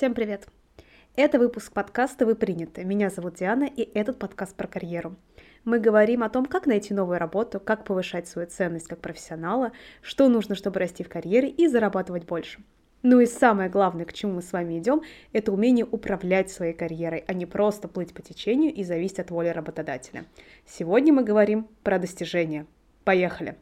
Всем привет! Это выпуск подкаста «Вы приняты». Меня зовут Диана, и этот подкаст про карьеру. Мы говорим о том, как найти новую работу, как повышать свою ценность как профессионала, что нужно, чтобы расти в карьере и зарабатывать больше. Ну и самое главное, к чему мы с вами идем, это умение управлять своей карьерой, а не просто плыть по течению и зависеть от воли работодателя. Сегодня мы говорим про достижения. Поехали!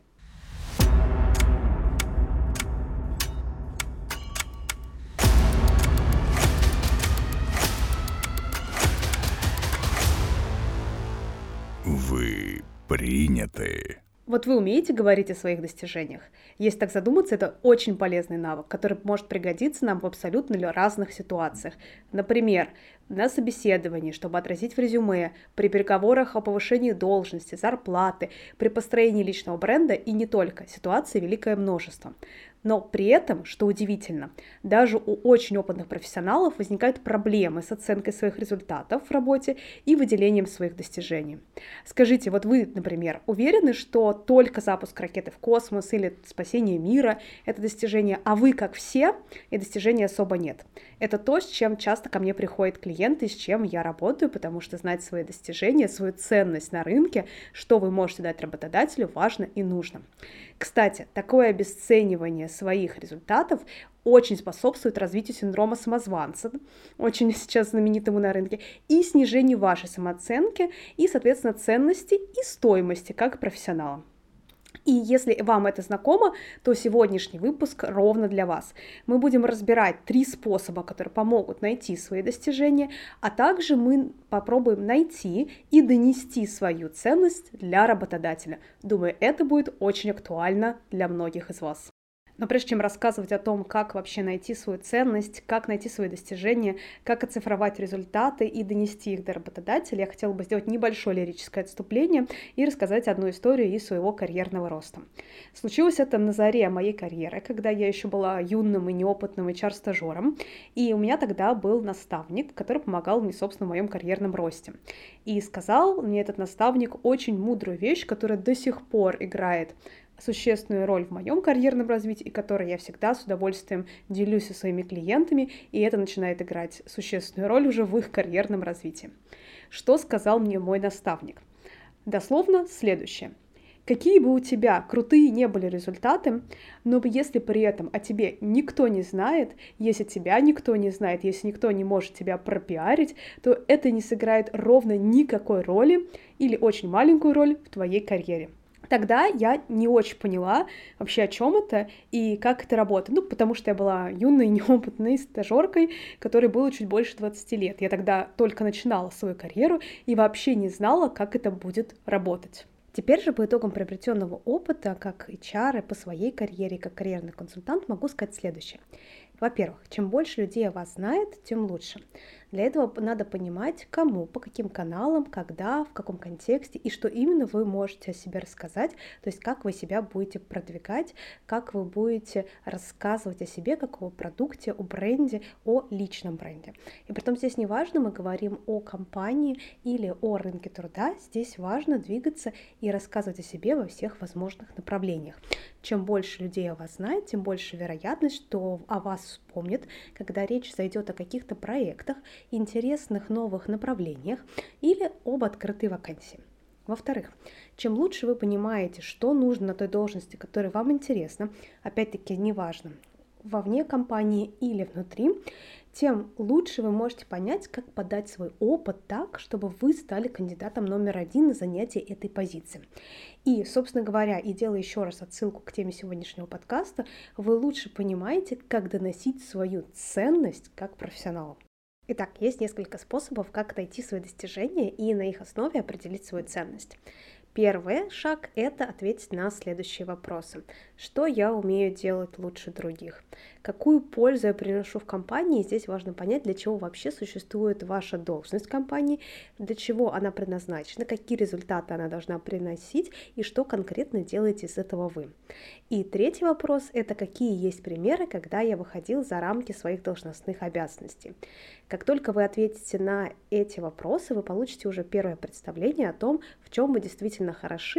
Вы приняты. Вот вы умеете говорить о своих достижениях? Если так задуматься, это очень полезный навык, который может пригодиться нам в абсолютно разных ситуациях. Например, на собеседовании, чтобы отразить в резюме, при переговорах о повышении должности, зарплаты, при построении личного бренда и не только. Ситуаций великое множество. Но при этом, что удивительно, даже у очень опытных профессионалов возникают проблемы с оценкой своих результатов в работе и выделением своих достижений. Скажите, вот вы, например, уверены, что только запуск ракеты в космос или спасение мира — это достижение, а вы, как все, и достижений особо нет? Это то, с чем часто ко мне приходят клиенты, с чем я работаю, потому что знать свои достижения, свою ценность на рынке, что вы можете дать работодателю, важно и нужно. Кстати, такое обесценивание своих результатов очень способствует развитию синдрома самозванца, очень сейчас знаменитому на рынке, и снижению вашей самооценки и, соответственно, ценности и стоимости как профессионала. И если вам это знакомо, то сегодняшний выпуск ровно для вас. Мы будем разбирать 3 способа, которые помогут найти свои достижения, а также мы попробуем найти и донести свою ценность для работодателя. Думаю, это будет очень актуально для многих из вас. Но прежде чем рассказывать о том, как вообще найти свою ценность, как найти свои достижения, как оцифровать результаты и донести их до работодателя, я хотела бы сделать небольшое лирическое отступление и рассказать одну историю из своего карьерного роста. Случилось это на заре моей карьеры, когда я еще была юным и неопытным HR-стажером, и у меня тогда был наставник, который помогал мне, собственно, в моем карьерном росте. И сказал мне этот наставник очень мудрую вещь, которая до сих пор играет существенную роль в моем карьерном развитии, и которой я всегда с удовольствием делюсь со своими клиентами, и это начинает играть существенную роль уже в их карьерном развитии. Что сказал мне мой наставник? Дословно следующее. Какие бы у тебя крутые не были результаты, но если при этом о тебе никто не знает, если тебя никто не знает, если никто не может тебя пропиарить, то это не сыграет ровно никакой роли или очень маленькую роль в твоей карьере. Тогда я не очень поняла вообще, о чем это и как это работает. Ну, потому что я была юной, неопытной стажеркой, которой было чуть больше 20 лет. Я тогда только начинала свою карьеру и вообще не знала, как это будет работать. Теперь же по итогам приобретенного опыта, как HR по своей карьере, как карьерный консультант, могу сказать следующее. Во-первых, чем больше людей о вас знает, тем лучше. Для этого надо понимать, кому, по каким каналам, когда, в каком контексте и что именно вы можете о себе рассказать, то есть как вы себя будете продвигать, как вы будете рассказывать о себе, как о продукте, о бренде, о личном бренде. И притом здесь не важно, мы говорим о компании или о рынке труда, здесь важно двигаться и рассказывать о себе во всех возможных направлениях. Чем больше людей о вас знает, тем больше вероятность, что о вас вспомнят, когда речь зайдет о каких-то проектах, интересных новых направлениях или об открытой вакансии. Во-вторых, чем лучше вы понимаете, что нужно на той должности, которая вам интересна, опять-таки неважно, вовне компании или внутри, тем лучше вы можете понять, как подать свой опыт так, чтобы вы стали кандидатом номер 1 на занятие этой позиции. И, собственно говоря, и делая еще раз отсылку к теме сегодняшнего подкаста, вы лучше понимаете, как доносить свою ценность как профессионалу. Итак, есть несколько способов, как найти свои достижения и на их основе определить свою ценность. Первый шаг — это ответить на следующие вопросы. Что я умею делать лучше других? Какую пользу я приношу в компании? Здесь важно понять, для чего вообще существует ваша должность в компании, для чего она предназначена, какие результаты она должна приносить и что конкретно делаете из этого вы. И третий вопрос — это какие есть примеры, когда я выходил за рамки своих должностных обязанностей. Как только вы ответите на эти вопросы, вы получите уже первое представление о том, в чем вы действительно хороши,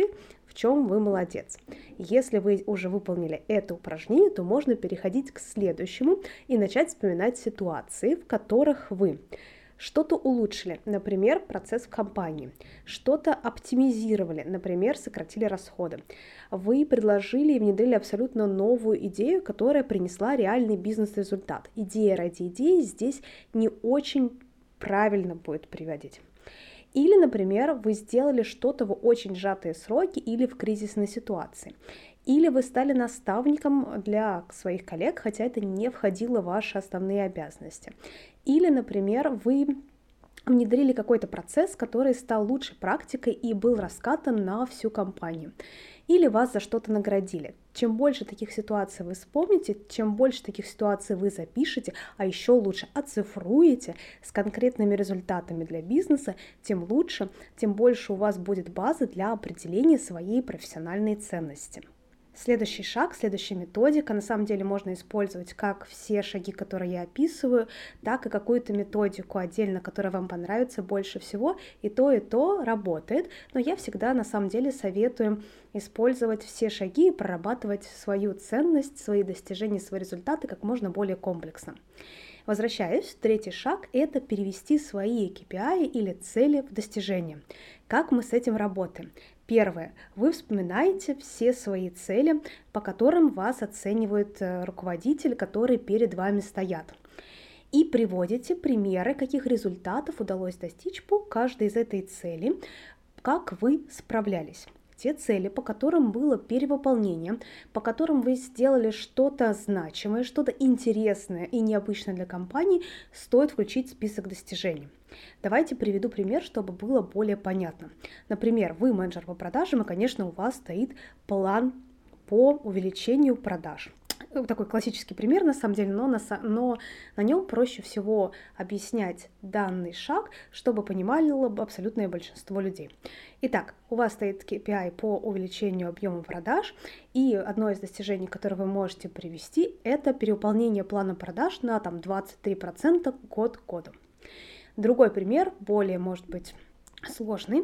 в чем вы молодец. Если вы уже выполнили это упражнение, то можно переходить к следующему и начать вспоминать ситуации, в которых вы что-то улучшили, например, процесс в компании, что-то оптимизировали, например, сократили расходы. Вы предложили и внедрили абсолютно новую идею, которая принесла реальный бизнес-результат. Идея ради идеи здесь не очень правильно будет приводить. Или, например, вы сделали что-то в очень сжатые сроки или в кризисной ситуации. Или вы стали наставником для своих коллег, хотя это не входило в ваши основные обязанности. Или, например, вы внедрили какой-то процесс, который стал лучшей практикой и был раскатан на всю компанию. Или вас за что-то наградили. Чем больше таких ситуаций вы вспомните, чем больше таких ситуаций вы запишете, а еще лучше оцифруете с конкретными результатами для бизнеса, тем лучше, тем больше у вас будет базы для определения своей профессиональной ценности. Следующий шаг, следующая методика, на самом деле можно использовать как все шаги, которые я описываю, так и какую-то методику отдельно, которая вам понравится больше всего, и то работает, но я всегда на самом деле советую использовать все шаги и прорабатывать свою ценность, свои достижения, свои результаты как можно более комплексно. Возвращаюсь, третий шаг – это перевести свои KPI или цели в достижения. Как мы с этим работаем? Первое. Вы вспоминаете все свои цели, по которым вас оценивают руководители, которые перед вами стоят. И приводите примеры, каких результатов удалось достичь по каждой из этой цели, как вы справлялись. Те цели, по которым было перевыполнение, по которым вы сделали что-то значимое, что-то интересное и необычное для компании, стоит включить в список достижений. Давайте приведу пример, чтобы было более понятно. Например, вы менеджер по продажам, и, конечно, у вас стоит план по увеличению продаж. Такой классический пример, на самом деле, но на нем проще всего объяснять данный шаг, чтобы понимало бы абсолютное большинство людей. Итак, у вас стоит KPI по увеличению объема продаж, и одно из достижений, которое вы можете привести, это перевыполнение плана продаж на 23% год к году. Другой пример, более, может быть, сложный.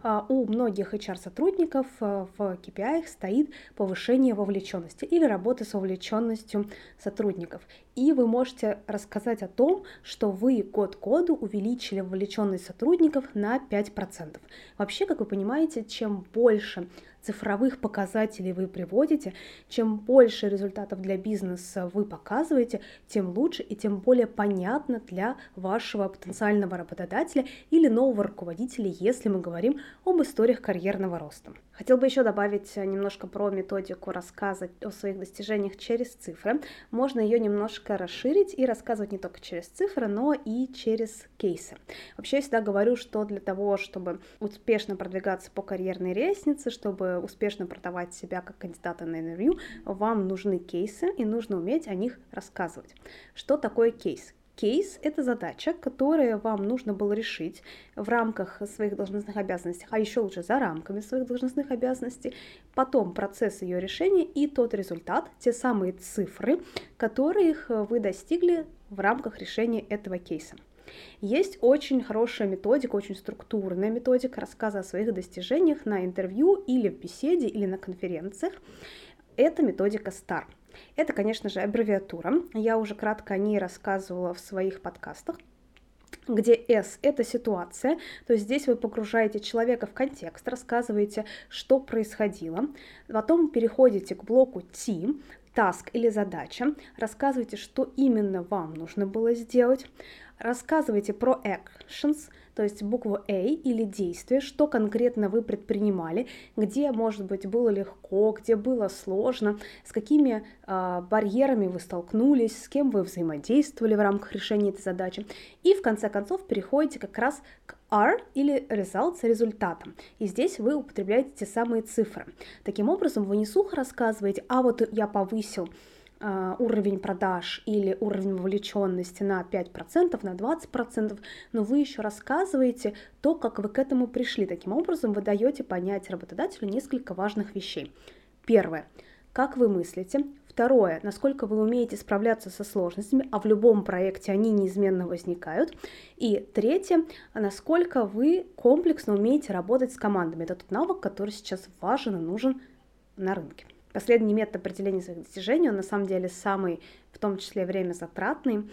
У многих HR-сотрудников в KPI стоит повышение вовлеченности или работа с вовлеченностью сотрудников. И вы можете рассказать о том, что вы год к году увеличили вовлеченность сотрудников на 5%. Вообще, как вы понимаете, чем больше цифровых показателей вы приводите, чем больше результатов для бизнеса вы показываете, тем лучше и тем более понятно для вашего потенциального работодателя или нового руководителя, если мы говорим об историях карьерного роста. Хотел бы еще добавить немножко про методику рассказа о своих достижениях через цифры. Можно ее немножко расширить и рассказывать не только через цифры, но и через кейсы. Вообще я всегда говорю, что для того, чтобы успешно продвигаться по карьерной лестнице, чтобы успешно продавать себя как кандидата на интервью, вам нужны кейсы и нужно уметь о них рассказывать. Что такое кейс? Кейс – это задача, которую вам нужно было решить в рамках своих должностных обязанностей, а еще лучше за рамками своих должностных обязанностей, потом процесс ее решения и тот результат, те самые цифры, которых вы достигли в рамках решения этого кейса. Есть очень хорошая методика, очень структурная методика рассказа о своих достижениях на интервью или в беседе, или на конференциях. Это методика STAR. Это, конечно же, аббревиатура. Я уже кратко о ней рассказывала в своих подкастах, где S – это ситуация, то есть здесь вы погружаете человека в контекст, рассказываете, что происходило, потом переходите к блоку T, task или задача, рассказывайте, что именно вам нужно было сделать, рассказывайте про actions, то есть букву A или действие, что конкретно вы предпринимали, где, может быть, было легко, где было сложно, с какими барьерами вы столкнулись, с кем вы взаимодействовали в рамках решения этой задачи. И в конце концов переходите как раз к R или results, результатом. И здесь вы употребляете те самые цифры. Таким образом, вы не сухо рассказываете, а вот я повысил уровень продаж или уровень вовлеченности на 5%, на 20%, но вы еще рассказываете то, как вы к этому пришли. Таким образом, вы даете понять работодателю несколько важных вещей. Первое. Как вы мыслите? Второе, насколько вы умеете справляться со сложностями, а в любом проекте они неизменно возникают. И третье, насколько вы комплексно умеете работать с командами. Это тот навык, который сейчас важен и нужен на рынке. Последний метод определения своих достижений, он на самом деле самый, в том числе время затратный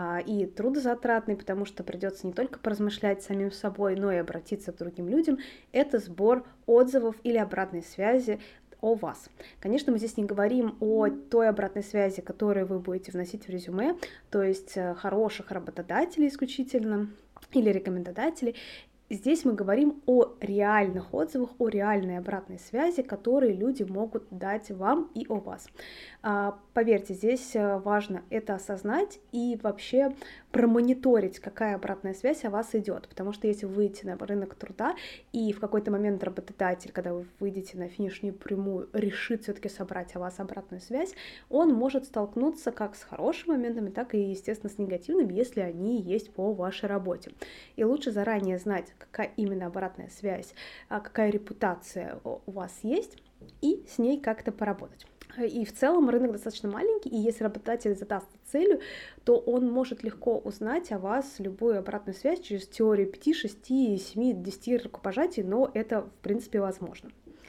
и трудозатратный, потому что придется не только поразмышлять самим собой, но и обратиться к другим людям. Это сбор отзывов или обратной связи о вас. Конечно, мы здесь не говорим о той обратной связи, которую вы будете вносить в резюме, то есть хороших работодателей исключительно или рекомендодателей. Здесь мы говорим о реальных отзывах, о реальной обратной связи, которые люди могут дать вам и о вас. Поверьте, здесь важно это осознать и вообще промониторить, какая обратная связь о вас идет, потому что если вы выйдете на рынок труда и в какой-то момент работодатель, когда вы выйдете на финишную прямую, решит все-таки собрать о вас обратную связь, он может столкнуться как с хорошими моментами, так и, естественно, с негативными, если они есть по вашей работе. И лучше заранее знать, какая именно обратная связь, какая репутация у вас есть, и с ней как-то поработать. И в целом рынок достаточно маленький, и если работодатель задаст целью, то он может легко узнать о вас любую обратную связь через теорию 5, 6, 7, 10 рукопожатий, но это в принципе возможно.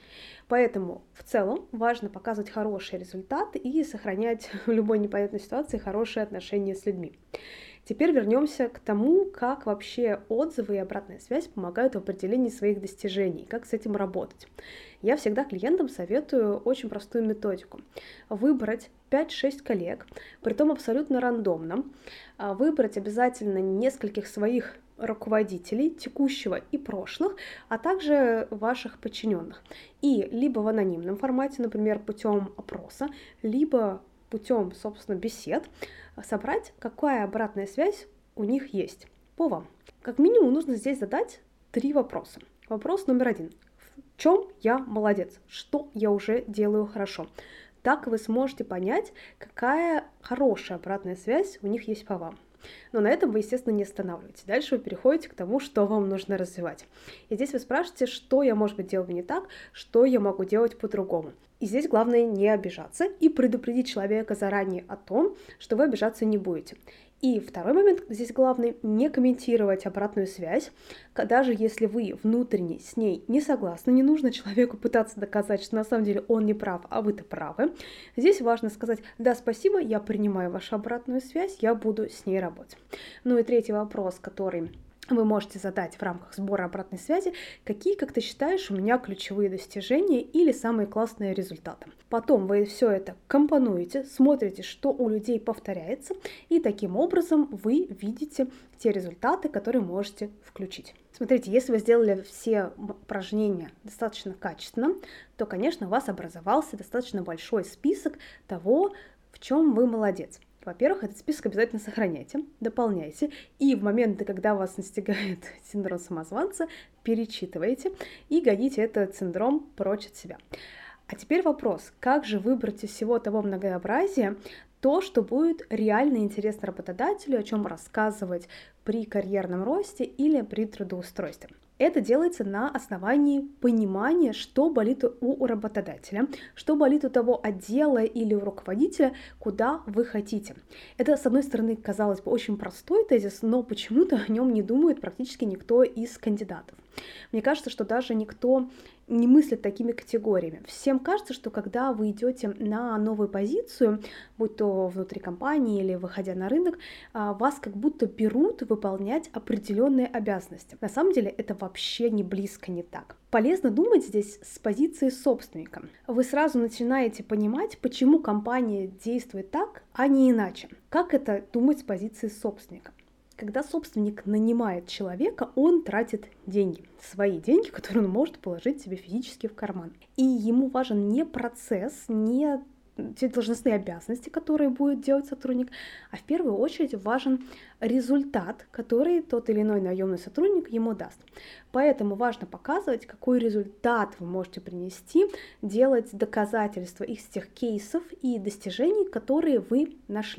Поэтому в целом важно показывать хорошие результаты и сохранять в любой непонятной ситуации хорошие отношения с людьми. Теперь вернемся к тому, как вообще отзывы и обратная связь помогают в определении своих достижений, как с этим работать. Я всегда клиентам советую очень простую методику. Выбрать 5-6 коллег, притом абсолютно рандомно, выбрать обязательно нескольких своих руководителей, текущего и прошлых, а также ваших подчиненных. И либо в анонимном формате, например, путем опроса, либо путем, собственно, бесед, собрать, какая обратная связь у них есть по вам. Как минимум нужно здесь задать 3 вопроса. Вопрос номер 1. В чем я молодец? Что я уже делаю хорошо? Так вы сможете понять, какая хорошая обратная связь у них есть по вам. Но на этом вы, естественно, не останавливаетесь. Дальше вы переходите к тому, что вам нужно развивать. И здесь вы спрашиваете, что я, может быть, делаю не так, что я могу делать по-другому. И здесь главное не обижаться и предупредить человека заранее о том, что вы обижаться не будете. И второй момент, здесь главный, не комментировать обратную связь, даже если вы внутренне с ней не согласны, не нужно человеку пытаться доказать, что на самом деле он не прав, а вы-то правы. Здесь важно сказать: да, спасибо, я принимаю вашу обратную связь, я буду с ней работать. Ну и третий вопрос, который вы можете задать в рамках сбора обратной связи: какие, как ты считаешь, у меня ключевые достижения или самые классные результаты. Потом вы все это компонуете, смотрите, что у людей повторяется, и таким образом вы видите те результаты, которые можете включить. Смотрите, если вы сделали все упражнения достаточно качественно, то, конечно, у вас образовался достаточно большой список того, в чем вы молодец. Во-первых, этот список обязательно сохраняйте, дополняйте, и в моменты, когда вас настигает синдром самозванца, перечитывайте и гоните этот синдром прочь от себя. А теперь вопрос: как же выбрать из всего того многообразия то, что будет реально интересно работодателю, о чем рассказывать при карьерном росте или при трудоустройстве? Это делается на основании понимания, что болит у работодателя, что болит у того отдела или у руководителя, куда вы хотите. Это, с одной стороны, казалось бы, очень простой тезис, но почему-то о нем не думает практически никто из кандидатов. Мне кажется, что даже никто не мыслит такими категориями. Всем кажется, что когда вы идете на новую позицию, будь то внутри компании или выходя на рынок, вас как будто берут выполнять определенные обязанности. На самом деле это вообще не близко не так. Полезно думать здесь с позиции собственника. Вы сразу начинаете понимать, почему компания действует так, а не иначе. Как это думать с позиции собственника? Когда собственник нанимает человека, он тратит деньги, свои деньги, которые он может положить себе физически в карман. И ему важен не процесс, не те должностные обязанности, которые будет делать сотрудник, а в первую очередь важен результат, который тот или иной наемный сотрудник ему даст. Поэтому важно показывать, какой результат вы можете принести, делать доказательства из тех кейсов и достижений, которые вы нашли.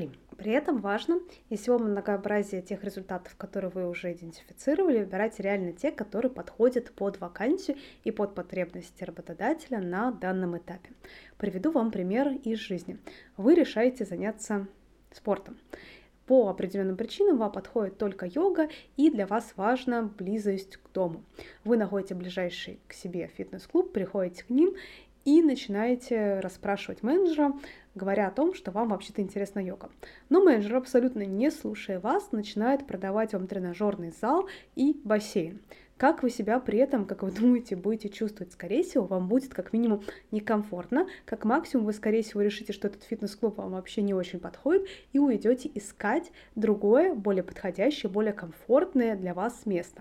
При этом важно из всего многообразия тех результатов, которые вы уже идентифицировали, выбирать реально те, которые подходят под вакансию и под потребности работодателя на данном этапе. Приведу вам пример из жизни. Вы решаете заняться спортом. По определенным причинам вам подходит только йога, и для вас важна близость к дому. Вы находите ближайший к себе фитнес-клуб, приходите к ним и начинаете расспрашивать менеджера, говоря о том, что вам вообще-то интересна йога. Но менеджер, абсолютно не слушая вас, начинает продавать вам тренажерный зал и бассейн. Как вы себя при этом, как вы думаете, будете чувствовать? Скорее всего, вам будет как минимум некомфортно, как максимум вы, скорее всего, решите, что этот фитнес-клуб вам вообще не очень подходит, и уйдете искать другое, более подходящее, более комфортное для вас место.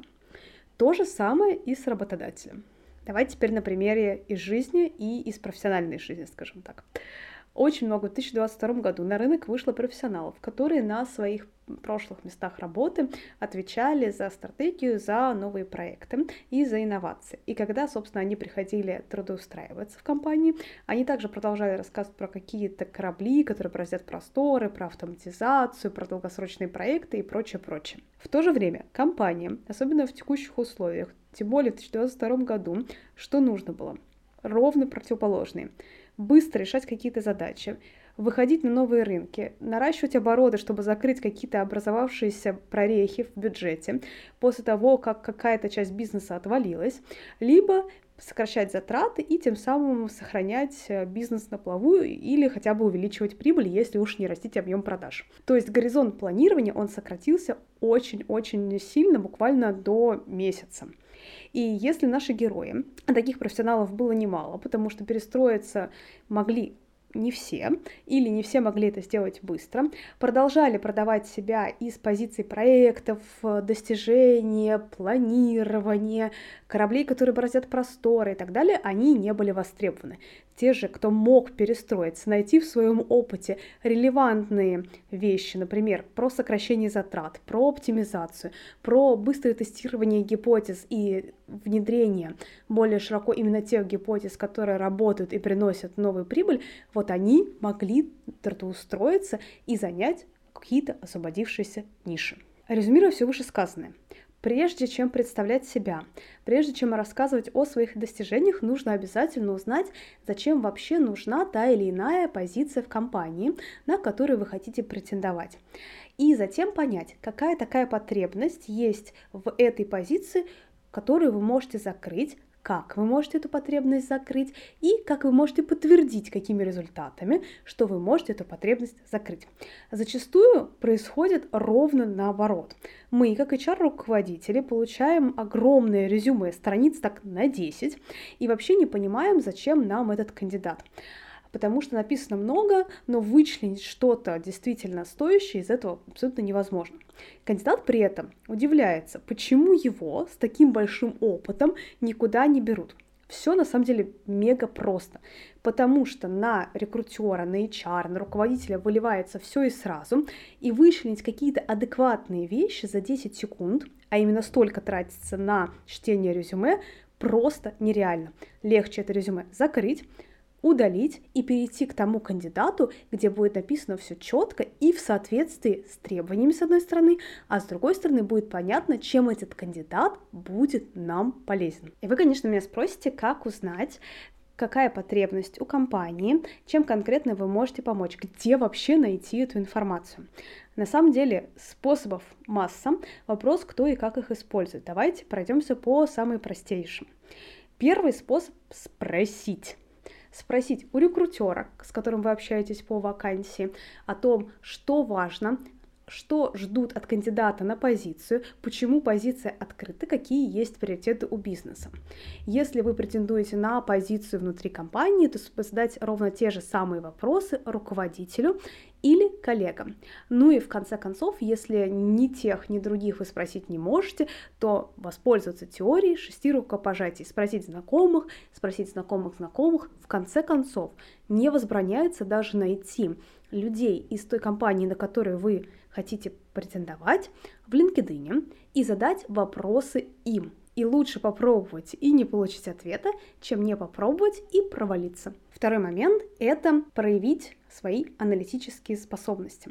То же самое и с работодателем. Давайте теперь на примере из жизни и из профессиональной жизни, скажем так. Очень много в 2022 году на рынок вышло профессионалов, которые на своих прошлых местах работы отвечали за стратегию, за новые проекты и за инновации. И когда, собственно, они приходили трудоустраиваться в компании, они также продолжали рассказывать про какие-то корабли, которые бороздят просторы, про автоматизацию, про долгосрочные проекты и прочее. В то же время компания, особенно в текущих условиях, тем более в 2022 году, что нужно было? Ровно противоположные. Быстро решать какие-то задачи, выходить на новые рынки, наращивать обороты, чтобы закрыть какие-то образовавшиеся прорехи в бюджете после того, как какая-то часть бизнеса отвалилась, либо сокращать затраты и тем самым сохранять бизнес на плаву или хотя бы увеличивать прибыль, если уж не растить объем продаж. То есть горизонт планирования, он сократился очень-очень сильно, буквально до месяца. И если наши герои, а таких профессионалов было немало, потому что перестроиться могли не все, или не все могли это сделать быстро, продолжали продавать себя из позиций проектов, достижения, планирования, кораблей, которые бороздят просторы и так далее, они не были востребованы. Те же, кто мог перестроиться, найти в своем опыте релевантные вещи, например, про сокращение затрат, про оптимизацию, про быстрое тестирование гипотез и внедрение более широко именно тех гипотез, которые работают и приносят новую прибыль, вот они могли трудоустроиться и занять какие-то освободившиеся ниши. Резюмируя все вышесказанное, прежде чем представлять себя, прежде чем рассказывать о своих достижениях, нужно обязательно узнать, зачем вообще нужна та или иная позиция в компании, на которую вы хотите претендовать. И затем понять, какая такая потребность есть в этой позиции, которую вы можете закрыть, как вы можете эту потребность закрыть и как вы можете подтвердить, какими результатами, что вы можете эту потребность закрыть. Зачастую происходит ровно наоборот. Мы, как HR-руководители, получаем огромное резюме, страниц так на 10, и вообще не понимаем, зачем нам этот кандидат. Потому что написано много, но вычленить что-то действительно стоящее из этого абсолютно невозможно. Кандидат при этом удивляется, почему его с таким большим опытом никуда не берут. Все на самом деле мега просто, потому что на рекрутера, на HR, на руководителя выливается все и сразу, и вычленить какие-то адекватные вещи за 10 секунд, а именно столько тратится на чтение резюме, просто нереально. Легче это резюме закрыть, удалить и перейти к тому кандидату, где будет написано все четко и в соответствии с требованиями с одной стороны, а с другой стороны будет понятно, чем этот кандидат будет нам полезен. И вы, конечно, меня спросите, как узнать, какая потребность у компании, чем конкретно вы можете помочь, где вообще найти эту информацию. На самом деле способов масса, вопрос, кто и как их использует. Давайте пройдемся по самым простейшим. Первый способ – спросить. Спросить у рекрутера, с которым вы общаетесь по вакансии, о том, что важно, что ждут от кандидата на позицию, почему позиция открыта, какие есть приоритеты у бизнеса. Если вы претендуете на позицию внутри компании, то задать ровно те же самые вопросы руководителю или коллегам. Ну и в конце концов, если ни тех, ни других вы спросить не можете, то воспользоваться теорией 6 рукопожатий, спросить знакомых. В конце концов, не возбраняется даже найти людей из той компании, на которую вы хотите претендовать, в LinkedIn и задать вопросы им. И лучше попробовать и не получить ответа, чем не попробовать и провалиться. Второй момент – это проявить свои аналитические способности.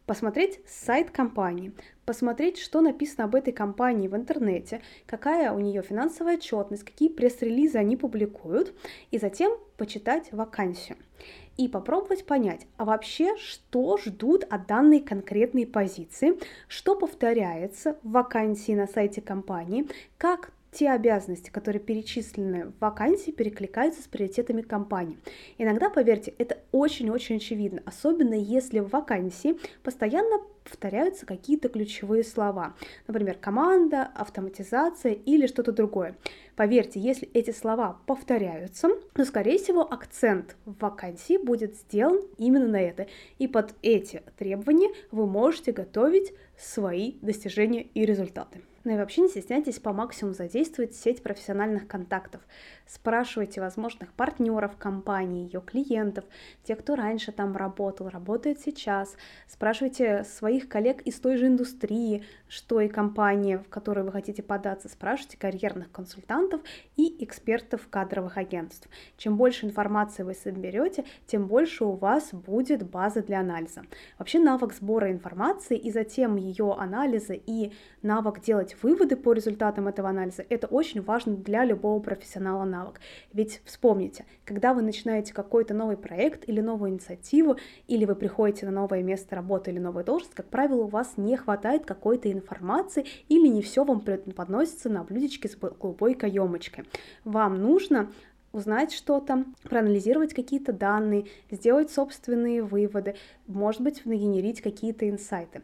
посмотреть сайт компании, посмотреть, что написано об этой компании в интернете, какая у нее финансовая отчетность, какие пресс-релизы они публикуют, и затем почитать вакансию. И попробовать понять, а вообще, что ждут от данной конкретной позиции, что повторяется в вакансии на сайте компании, как те обязанности, которые перечислены в вакансии, перекликаются с приоритетами компании. Иногда, поверьте, это очень-очень очевидно, особенно если в вакансии постоянно повторяются какие-то ключевые слова, например, команда, автоматизация или что-то другое. Поверьте, если эти слова повторяются, то, скорее всего, акцент в вакансии будет сделан именно на это. И под эти требования вы можете готовить свои достижения и результаты. Ну и вообще не стесняйтесь по максимуму задействовать сеть профессиональных контактов. Спрашивайте возможных партнеров компании, ее клиентов, тех, кто раньше там работал, работает сейчас. Спрашивайте своих коллег из той же индустрии, что и компания, в которую вы хотите податься. Спрашивайте карьерных консультантов и экспертов кадровых агентств. Чем больше информации вы соберете, тем больше у вас будет база для анализа. Вообще навык сбора информации и затем ее анализа и навык делать выводы по результатам этого анализа — это очень важно для любого профессионала навык. Ведь вспомните, когда вы начинаете какой-то новый проект или новую инициативу, или вы приходите на новое место работы или новую должность, как правило, у вас не хватает какой-то информации или не все вам подносится на блюдечке с голубой каемочкой. Вам нужно узнать что-то, проанализировать какие-то данные, сделать собственные выводы, может быть, нагенерить какие-то инсайты.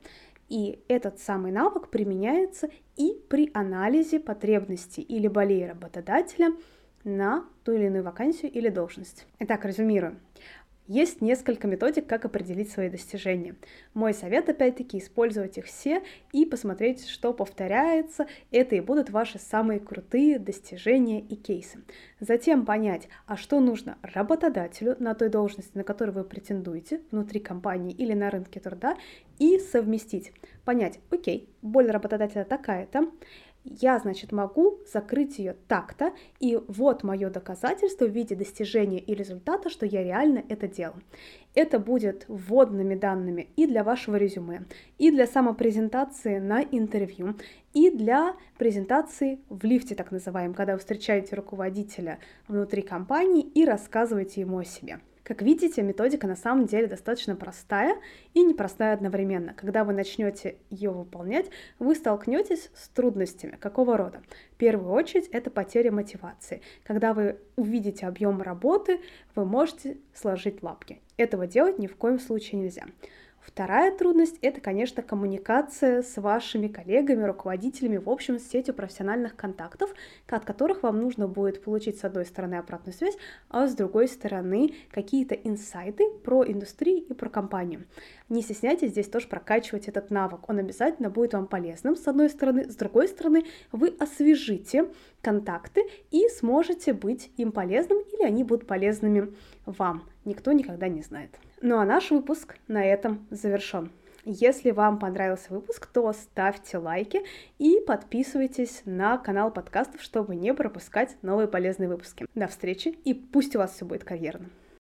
И этот самый навык применяется и при анализе потребностей или болей работодателя на ту или иную вакансию или должность. Итак, резюмируем. Есть несколько методик, как определить свои достижения. Мой совет, опять-таки, использовать их все и посмотреть, что повторяется. Это и будут ваши самые крутые достижения и кейсы. Затем понять, а что нужно работодателю на той должности, на которую вы претендуете, внутри компании или на рынке труда, и совместить. Понять, окей, боль работодателя такая-то, я, значит, могу закрыть ее так-то, и вот мое доказательство в виде достижения и результата, что я реально это делал. Это будет вводными данными и для вашего резюме, и для самопрезентации на интервью, и для презентации в лифте, так называемом, когда вы встречаете руководителя внутри компании и рассказываете ему о себе. Как видите, методика на самом деле достаточно простая и непростая одновременно. Когда вы начнете ее выполнять, вы столкнетесь с трудностями. Какого рода? В первую очередь, это потеря мотивации. Когда вы увидите объем работы, вы можете сложить лапки. Этого делать ни в коем случае нельзя. Вторая трудность – это, конечно, коммуникация с вашими коллегами, руководителями, в общем, с сетью профессиональных контактов, от которых вам нужно будет получить, с одной стороны, обратную связь, а с другой стороны, какие-то инсайты про индустрию и про компанию. Не стесняйтесь здесь тоже прокачивать этот навык, он обязательно будет вам полезным, с одной стороны, с другой стороны, вы освежите контакты и сможете быть им полезным, или они будут полезными вам. Никто никогда не знает. Ну а наш выпуск на этом завершен. Если вам понравился выпуск, то ставьте лайки и подписывайтесь на канал подкастов, чтобы не пропускать новые полезные выпуски. До встречи и пусть у вас все будет карьерно.